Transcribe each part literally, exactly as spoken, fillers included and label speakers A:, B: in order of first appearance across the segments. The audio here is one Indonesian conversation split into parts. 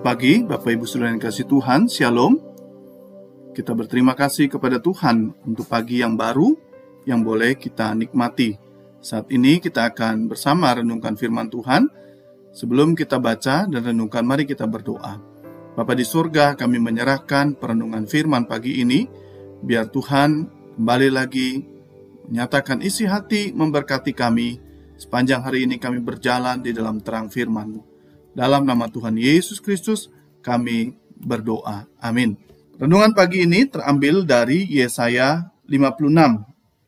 A: Selamat pagi Bapak Ibu Saudara yang kasih Tuhan, Shalom. Kita berterima kasih kepada Tuhan untuk pagi yang baru yang boleh kita nikmati. Saat ini kita akan bersama renungkan firman Tuhan. Sebelum kita baca dan renungkan, mari kita berdoa. Bapa di surga, kami menyerahkan perenungan firman pagi ini, biar Tuhan kembali lagi menyatakan isi hati memberkati kami. Sepanjang hari ini kami berjalan di dalam terang firman-Mu. Dalam nama Tuhan Yesus Kristus kami berdoa. Amin. Renungan pagi ini terambil dari Yesaya lima puluh enam.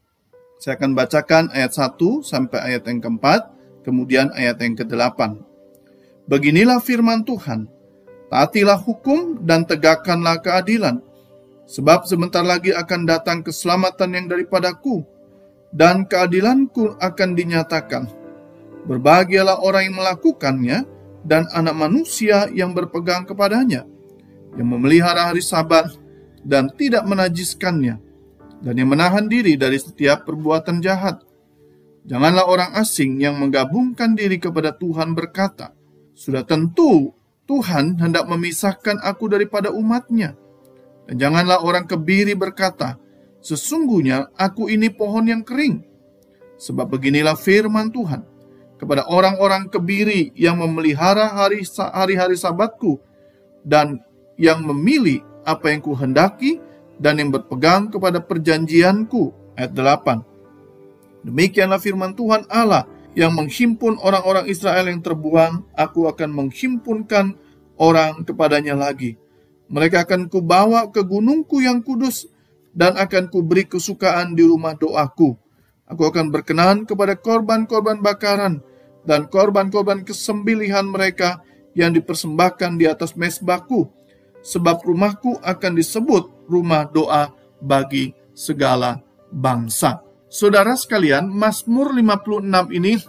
A: Saya akan bacakan ayat satu sampai ayat yang keempat, kemudian ayat yang kedelapan. Beginilah firman Tuhan, taatilah hukum dan tegakkanlah keadilan, sebab sebentar lagi akan datang keselamatan yang daripadaku, dan keadilanku akan dinyatakan. Berbahagialah orang yang melakukannya, dan anak manusia yang berpegang kepadanya, yang memelihara hari Sabat dan tidak menajiskannya, dan yang menahan diri dari setiap perbuatan jahat. Janganlah orang asing yang menggabungkan diri kepada Tuhan berkata, sudah tentu Tuhan hendak memisahkan aku daripada umatnya. Dan janganlah orang kebiri berkata, sesungguhnya aku ini pohon yang kering. Sebab beginilah firman Tuhan, kepada orang-orang kebiri yang memelihara hari, hari-hari Sabatku, dan yang memilih apa yang kuhendaki, dan yang berpegang kepada perjanjianku. Ayat delapan. Demikianlah firman Tuhan Allah, yang menghimpun orang-orang Israel yang terbuang, aku akan menghimpunkan orang kepadanya lagi. Mereka akan kubawa ke gunungku yang kudus, dan akan kuberi kesukaan di rumah doaku. Aku akan berkenan kepada korban-korban bakaran dan korban-korban kesembelihan mereka yang dipersembahkan di atas mezbahku, sebab rumahku akan disebut rumah doa bagi segala bangsa. Saudara sekalian, Mazmur lima puluh enam ini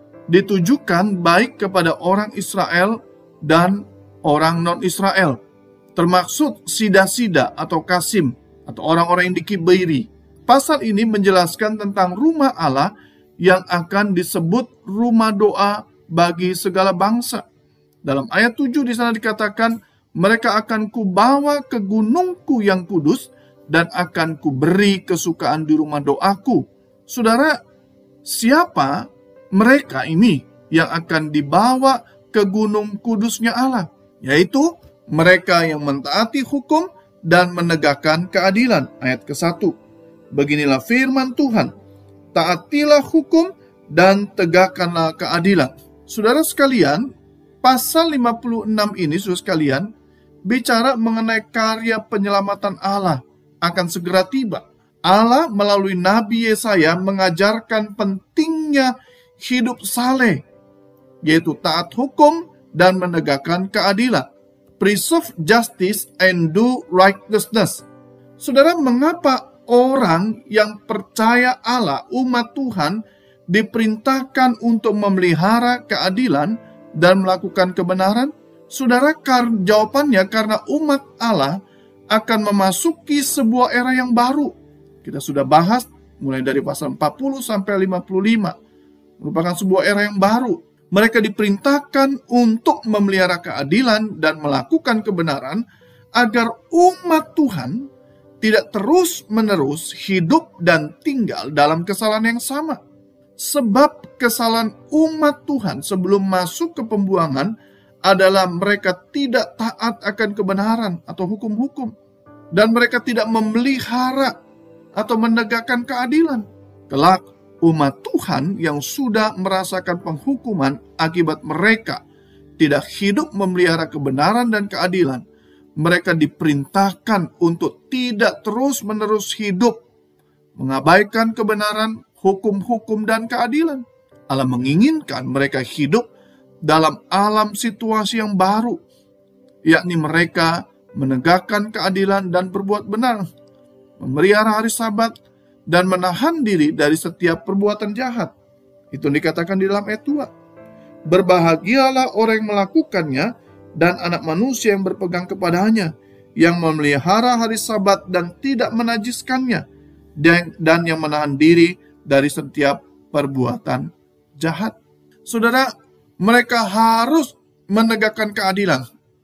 A: ditujukan baik kepada orang Israel dan orang non-Israel, termaksud sida-sida atau kasim atau orang-orang yang dikibiri. Pasal ini menjelaskan tentang rumah Allah yang akan disebut rumah doa bagi segala bangsa. Dalam ayat tujuh di sana dikatakan, mereka akan kubawa ke gunungku yang kudus dan akan kuberi kesukaan di rumah doaku. Saudara, siapa mereka ini yang akan dibawa ke gunung kudusnya Allah? Yaitu mereka yang mentaati hukum dan menegakkan keadilan. Ayat ke satu. Beginilah firman Tuhan, taatilah hukum dan tegakkanlah keadilan. Saudara sekalian, pasal lima puluh enam ini, saudara sekalian, bicara mengenai karya penyelamatan Allah akan segera tiba. Allah melalui Nabi Yesaya mengajarkan pentingnya hidup saleh, yaitu taat hukum dan menegakkan keadilan. Preserve justice and do righteousness. Saudara, mengapa orang yang percaya Allah, umat Tuhan, diperintahkan untuk memelihara keadilan dan melakukan kebenaran? Saudara, kar- jawabannya karena umat Allah akan memasuki sebuah era yang baru. Kita sudah bahas mulai dari pasal empat puluh sampai lima puluh lima. Merupakan sebuah era yang baru. Mereka diperintahkan untuk memelihara keadilan dan melakukan kebenaran agar umat Tuhan tidak terus-menerus hidup dan tinggal dalam kesalahan yang sama. Sebab kesalahan umat Tuhan sebelum masuk ke pembuangan adalah mereka tidak taat akan kebenaran atau hukum-hukum. Dan mereka tidak memelihara atau menegakkan keadilan. Kelak, umat Tuhan yang sudah merasakan penghukuman akibat mereka tidak hidup memelihara kebenaran dan keadilan, mereka diperintahkan untuk tidak terus-menerus hidup mengabaikan kebenaran, hukum-hukum, dan keadilan. Allah menginginkan mereka hidup dalam alam situasi yang baru, yakni mereka menegakkan keadilan dan berbuat benar, memelihara hari Sabat, dan menahan diri dari setiap perbuatan jahat. Itu dikatakan di dalam ayat dua. Berbahagialah orang yang melakukannya, dan anak manusia yang berpegang kepadanya, yang memelihara hari Sabat dan tidak menajiskannya, dan, dan yang menahan diri dari setiap perbuatan jahat. Saudara, mereka harus menegakkan keadilan.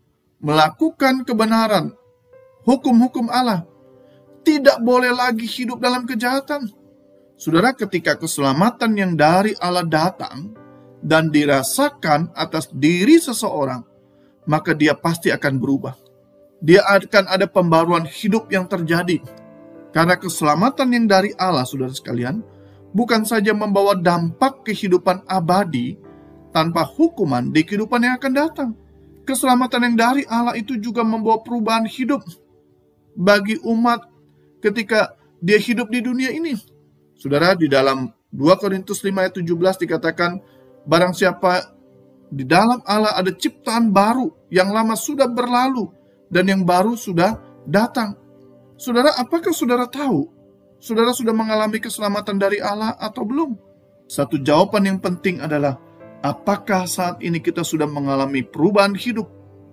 A: melakukan kebenaran, hukum-hukum Allah, tidak boleh lagi hidup dalam kejahatan. Saudara, ketika keselamatan yang dari Allah datang dan dirasakan atas diri seseorang, maka dia pasti akan berubah. Dia akan ada pembaruan hidup yang terjadi. Karena keselamatan yang dari Allah, saudara sekalian, bukan saja membawa dampak kehidupan abadi tanpa hukuman di kehidupan yang akan datang. Keselamatan yang dari Allah itu juga membawa perubahan hidup bagi umat ketika dia hidup di dunia ini. Saudara, di dalam dua Korintus lima ayat tujuh belas dikatakan, barang siapa di dalam Allah ada ciptaan baru, yang lama sudah berlalu dan yang baru sudah datang. Saudara, apakah saudara tahu? Saudara sudah mengalami keselamatan dari Allah atau belum? Satu jawaban yang penting adalah, apakah saat ini kita sudah mengalami perubahan hidup,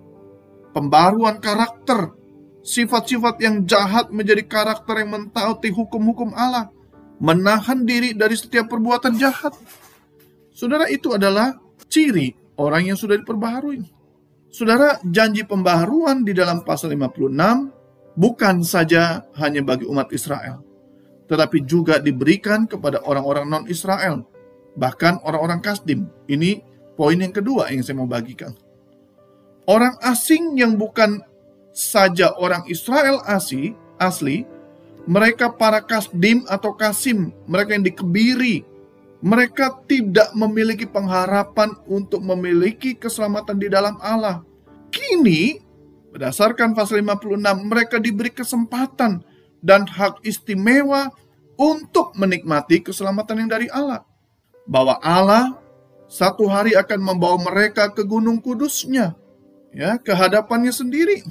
A: pembaruan karakter, sifat-sifat yang jahat menjadi karakter yang mentaati hukum-hukum Allah, menahan diri dari setiap perbuatan jahat. Saudara, itu adalah ciri orang yang sudah diperbaharui. Saudara, janji pembaharuan di dalam pasal lima puluh enam bukan saja hanya bagi umat Israel, tetapi juga diberikan kepada orang-orang non-Israel, bahkan orang-orang Kasdim. Ini poin yang kedua yang saya mau bagikan. Orang asing yang bukan saja orang Israel asli, asli, mereka para Kasdim atau Kasim, mereka yang dikebiri, mereka tidak memiliki pengharapan untuk memiliki keselamatan di dalam Allah. Kini, berdasarkan pasal lima puluh enam, mereka diberi kesempatan dan hak istimewa untuk menikmati keselamatan yang dari Allah. Bahwa Allah satu hari akan membawa mereka ke gunung kudusnya, ya, ke hadapannya sendiri.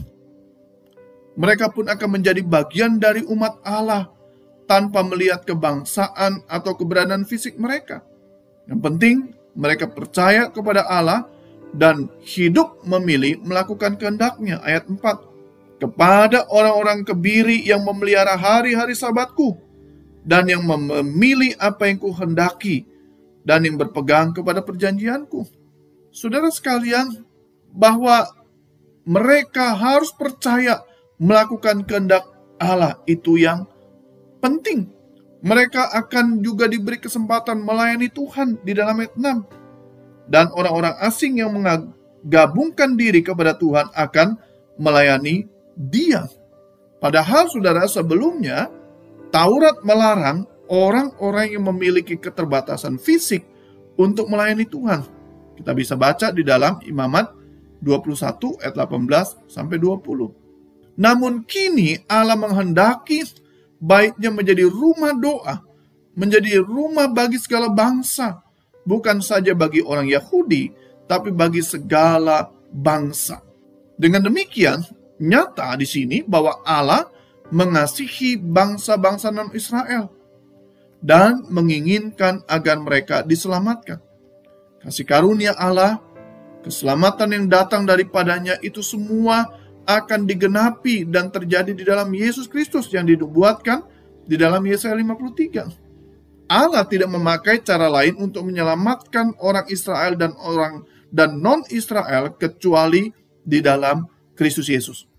A: Mereka pun akan menjadi bagian dari umat Allah tanpa melihat kebangsaan atau keberadaan fisik mereka. Yang penting, mereka percaya kepada Allah dan hidup memilih melakukan kehendak-Nya. Ayat empat. Kepada orang-orang kebiri yang memelihara hari-hari sabatku dan yang memilih apa yang kuhendaki dan yang berpegang kepada perjanjianku. Saudara sekalian, bahwa mereka harus percaya melakukan kehendak Allah itu yang penting. Mereka akan juga diberi kesempatan melayani Tuhan di dalam ayat enam. Dan orang-orang asing yang menggabungkan diri kepada Tuhan akan melayani Dia. Padahal saudara, sebelumnya Taurat melarang orang-orang yang memiliki keterbatasan fisik untuk melayani Tuhan. Kita bisa baca di dalam Imamat dua puluh satu ayat delapan belas sampai dua puluh. Namun kini Allah menghendaki baiknya menjadi rumah doa, menjadi rumah bagi segala bangsa, bukan saja bagi orang Yahudi, tapi bagi segala bangsa. Dengan demikian, nyata di sini bahwa Allah mengasihi bangsa-bangsa non-Israel dan menginginkan agar mereka diselamatkan. Kasih karunia Allah, keselamatan yang datang daripadanya itu semua akan digenapi dan terjadi di dalam Yesus Kristus yang dinubuatkan di dalam Yesaya lima puluh tiga. Allah tidak memakai cara lain untuk menyelamatkan orang Israel dan orang dan non-Israel kecuali di dalam Kristus Yesus.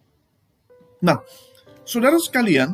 A: Nah, saudara sekalian,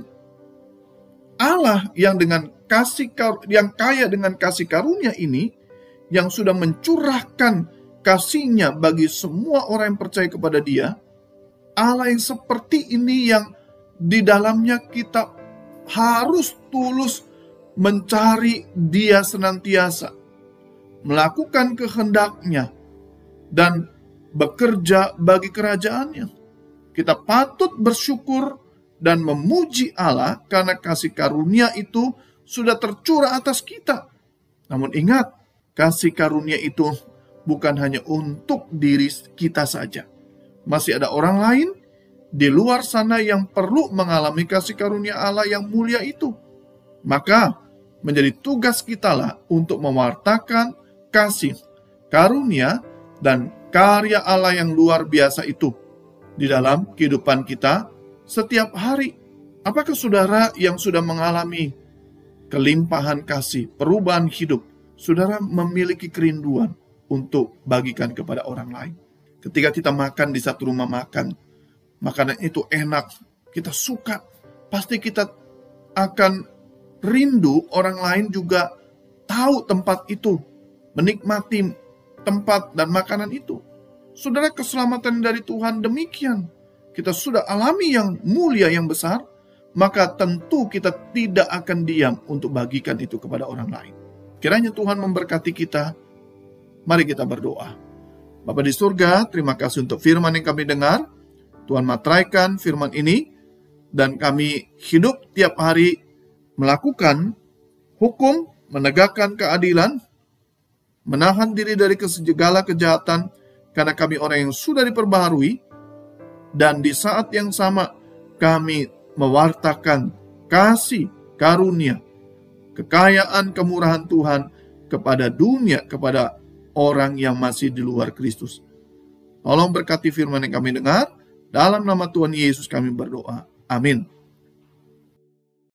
A: Allah yang dengan kasih yang kaya dengan kasih karunia ini, yang sudah mencurahkan kasih-Nya bagi semua orang yang percaya kepada Dia, Allah yang seperti ini yang di dalamnya kita harus tulus mencari Dia senantiasa, melakukan kehendak-Nya, dan bekerja bagi kerajaan-Nya. Kita patut bersyukur dan memuji Allah karena kasih karunia itu sudah tercurah atas kita. Namun ingat, kasih karunia itu bukan hanya untuk diri kita saja. Masih ada orang lain di luar sana yang perlu mengalami kasih karunia Allah yang mulia itu. Maka menjadi tugas kita lah untuk mewartakan kasih, karunia, dan karya Allah yang luar biasa itu di dalam kehidupan kita setiap hari. Apakah saudara yang sudah mengalami kelimpahan kasih, perubahan hidup, saudara memiliki kerinduan untuk bagikan kepada orang lain? Ketika kita makan di satu rumah makan, makanan itu enak, kita suka, pasti kita akan rindu orang lain juga tahu tempat itu, menikmati tempat dan makanan itu. Saudara, keselamatan dari Tuhan demikian. Kita sudah alami yang mulia, yang besar, maka tentu kita tidak akan diam untuk bagikan itu kepada orang lain. Kiranya Tuhan memberkati kita. Mari kita berdoa. Bapa di surga, terima kasih untuk firman yang kami dengar. Tuhan materaikan firman ini, dan kami hidup tiap hari melakukan hukum, menegakkan keadilan, menahan diri dari segala kejahatan, karena kami orang yang sudah diperbaharui, dan di saat yang sama kami mewartakan kasih, karunia, kekayaan, kemurahan Tuhan kepada dunia, kepada orang yang masih di luar Kristus. Tolong berkati firman yang kami dengar. Dalam nama Tuhan Yesus kami berdoa. Amin.